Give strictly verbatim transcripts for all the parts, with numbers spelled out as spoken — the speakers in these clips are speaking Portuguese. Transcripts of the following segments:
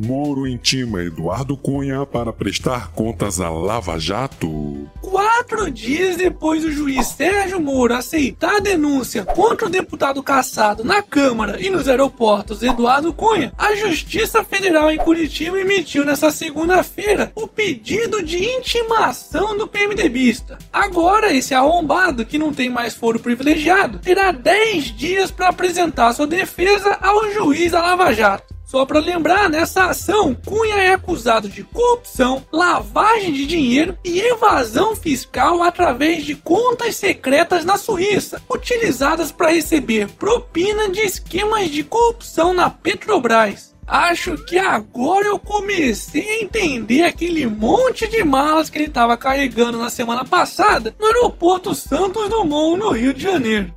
Moro intima Eduardo Cunha para prestar contas à Lava Jato. Quatro dias depois do juiz Sérgio Moro aceitar a denúncia contra o deputado cassado na Câmara e nos aeroportos Eduardo Cunha, a Justiça Federal em Curitiba emitiu nesta segunda-feira o pedido de intimação do PMDBista. Agora, esse arrombado, que não tem mais foro privilegiado, terá dez dias para apresentar sua defesa ao juiz da Lava Jato. Só para lembrar, nessa ação, Cunha é acusado de corrupção, lavagem de dinheiro e evasão fiscal através de contas secretas na Suíça, utilizadas para receber propina de esquemas de corrupção na Petrobras. Acho que agora eu comecei a entender aquele monte de malas que ele estava carregando na semana passada no aeroporto Santos Dumont, no Rio de Janeiro.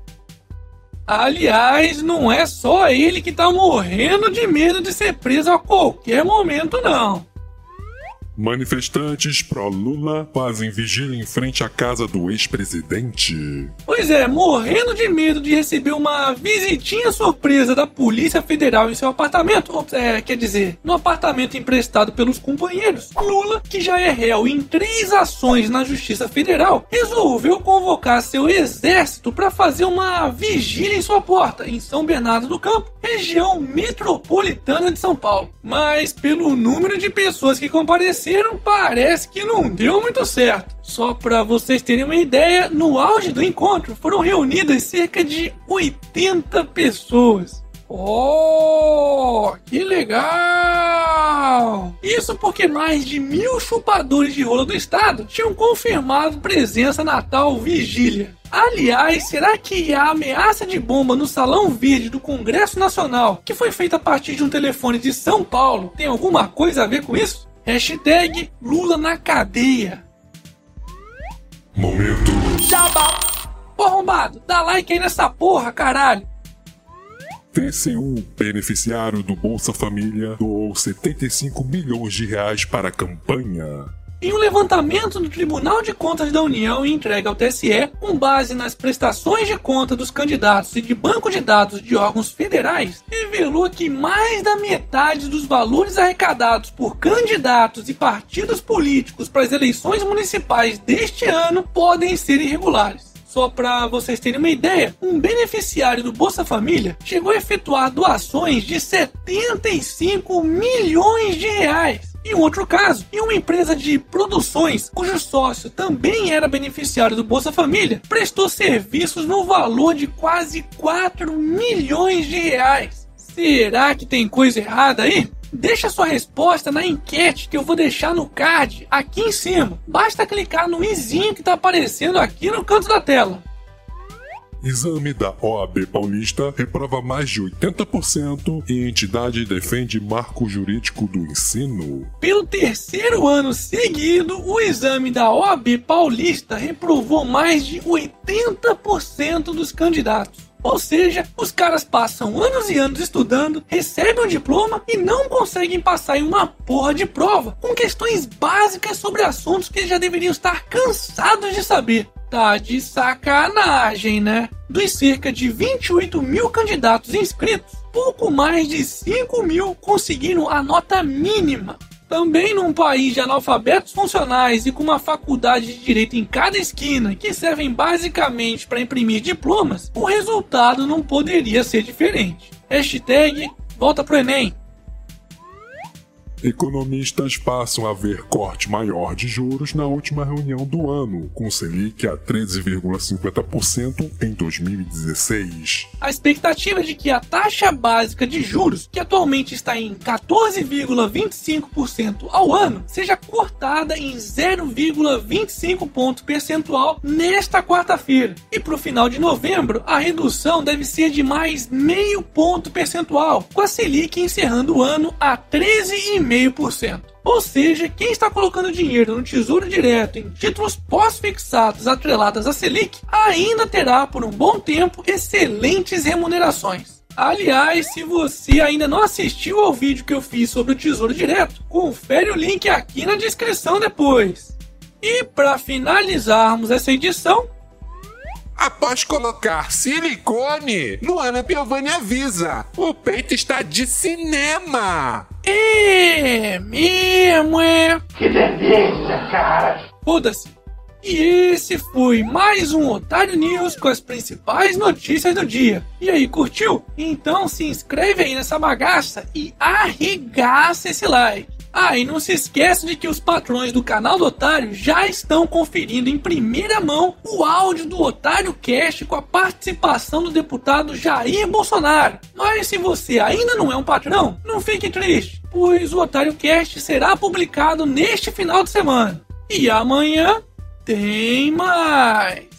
Aliás, não é só ele que tá morrendo de medo de ser preso a qualquer momento, não. Manifestantes pró-Lula fazem vigília em frente à casa do ex-presidente. Pois é, morrendo de medo de receber uma visitinha surpresa da Polícia Federal em seu apartamento, é, quer dizer, no apartamento emprestado pelos companheiros, Lula, que já é réu em três ações na Justiça Federal, resolveu convocar seu exército para fazer uma vigília em sua porta, em São Bernardo do Campo, região metropolitana de São Paulo. Mas pelo número de pessoas que compareceram, parece que não deu muito certo. Só para vocês terem uma ideia, no auge do encontro foram reunidas cerca de oitenta pessoas. Oh, que legal! Isso porque mais de mil chupadores de rola do estado tinham confirmado presença na tal vigília. Aliás, será que a ameaça de bomba no Salão Verde do Congresso Nacional, que foi feita a partir de um telefone de São Paulo, tem alguma coisa a ver com isso? Hashtag Lula na cadeia. Momento Jabá. Pô, arrombado, dá like aí nessa porra, caralho. T C U, beneficiário do Bolsa Família, doou setenta e cinco milhões de reais para a campanha. Em um levantamento do Tribunal de Contas da União e entregue ao T S E, com base nas prestações de conta dos candidatos e de banco de dados de órgãos federais, revelou que mais da metade dos valores arrecadados por candidatos e partidos políticos para as eleições municipais deste ano podem ser irregulares. Só para vocês terem uma ideia, um beneficiário do Bolsa Família chegou a efetuar doações de setenta e cinco milhões de reais. Em um outro caso, em uma empresa de produções, cujo sócio também era beneficiário do Bolsa Família, prestou serviços no valor de quase quatro milhões de reais. Será que tem coisa errada aí? Deixa sua resposta na enquete que eu vou deixar no card aqui em cima. Basta clicar no izinho que está aparecendo aqui no canto da tela. Exame da O A B Paulista reprova mais de oitenta por cento e entidade defende marco jurídico do ensino. Pelo terceiro ano seguido, o exame da O A B Paulista reprovou mais de oitenta por cento dos candidatos. Ou seja, os caras passam anos e anos estudando, recebem um diploma e não conseguem passar em uma porra de prova com questões básicas sobre assuntos que eles já deveriam estar cansados de saber. Tá de sacanagem, né? Dos cerca de vinte e oito mil candidatos inscritos, pouco mais de cinco mil conseguiram a nota mínima. Também num país de analfabetos funcionais e com uma faculdade de direito em cada esquina que servem basicamente para imprimir diplomas, o resultado não poderia ser diferente. Hashtag volta pro Enem. Economistas passam a ver corte maior de juros na última reunião do ano, com Selic a treze vírgula cinquenta por cento em dois mil e dezesseis. A expectativa é de que a taxa básica de juros, que atualmente está em quatorze vírgula vinte e cinco por cento ao ano, seja cortada em zero vírgula vinte e cinco ponto percentual nesta quarta-feira. E para o final de novembro, a redução deve ser de mais meio ponto percentual, com a Selic encerrando o ano a treze vírgula cinco por cento. Ou seja, quem está colocando dinheiro no Tesouro Direto em títulos pós-fixados atrelados à Selic ainda terá por um bom tempo excelentes remunerações. Aliás, se você ainda não assistiu ao vídeo que eu fiz sobre o Tesouro Direto, confere o link aqui na descrição depois. E para finalizarmos essa edição, Após colocar silicone, Luana Piovani avisa: o peito está de cinema. É mesmo, é? Que delícia, cara! Foda-se. E esse foi mais um Otário News com as principais notícias do dia. E aí, curtiu? Então se inscreve aí nessa bagaça e arregaça esse like. Ah, e não se esqueça de que os patrões do canal do Otário já estão conferindo em primeira mão o áudio do Otário Cast com a participação do deputado Jair Bolsonaro. Mas se você ainda não é um patrão, não fique triste, pois o Otário Cast será publicado neste final de semana. E amanhã tem mais!